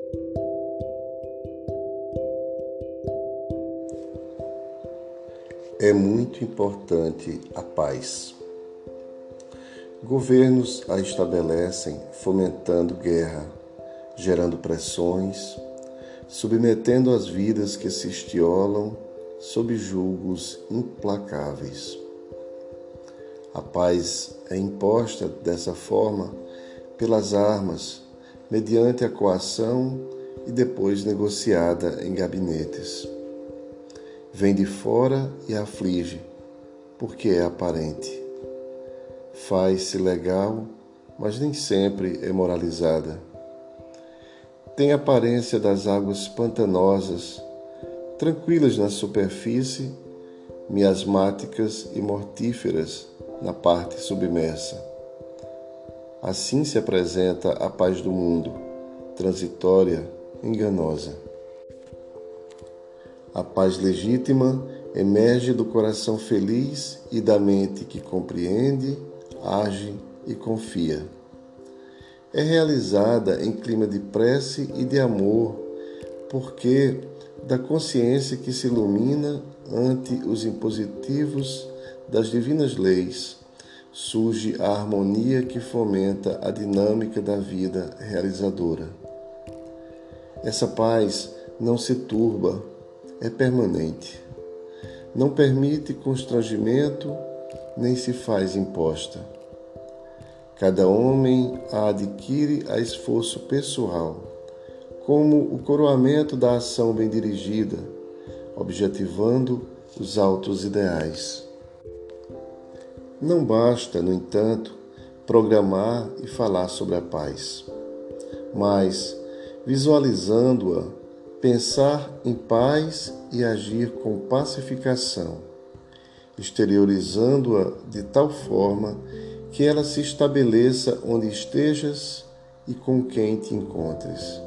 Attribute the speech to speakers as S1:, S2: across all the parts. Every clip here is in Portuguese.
S1: É muito importante a paz. Governos a estabelecem fomentando guerra, gerando pressões, submetendo as vidas que se estiolam sob julgos implacáveis. A paz é imposta dessa forma pelas armas, mediante a coação e depois negociada em gabinetes. Vem de fora e aflige, porque é aparente. Faz-se legal, mas nem sempre é moralizada. Tem aparência das águas pantanosas, tranquilas na superfície, miasmáticas e mortíferas na parte submersa. Assim se apresenta a paz do mundo, transitória, enganosa. A paz legítima emerge do coração feliz e da mente que compreende, age e confia. É realizada em clima de prece e de amor, porque da consciência que se ilumina ante os impositivos das divinas leis, surge a harmonia que fomenta a dinâmica da vida realizadora. Essa paz não se turba, é permanente. Não permite constrangimento, nem se faz imposta. Cada homem a adquire a esforço pessoal, como o coroamento da ação bem dirigida, objetivando os altos ideais. Não basta, no entanto, programar e falar sobre a paz, mas, visualizando-a, pensar em paz e agir com pacificação, exteriorizando-a de tal forma que ela se estabeleça onde estejas e com quem te encontres.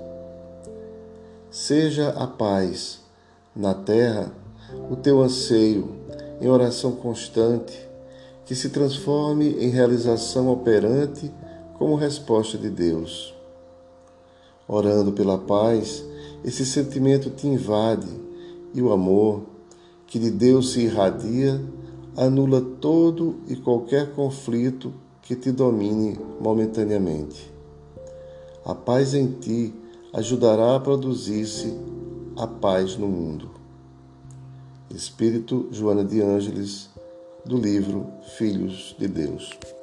S1: Seja a paz na terra o teu anseio em oração constante, que se transforme em realização operante como resposta de Deus. Orando pela paz, esse sentimento te invade e o amor, que de Deus se irradia, anula todo e qualquer conflito que te domine momentaneamente. A paz em ti ajudará a produzir-se a paz no mundo. Espírito Joana de Ângeles, do livro Filhos de Deus.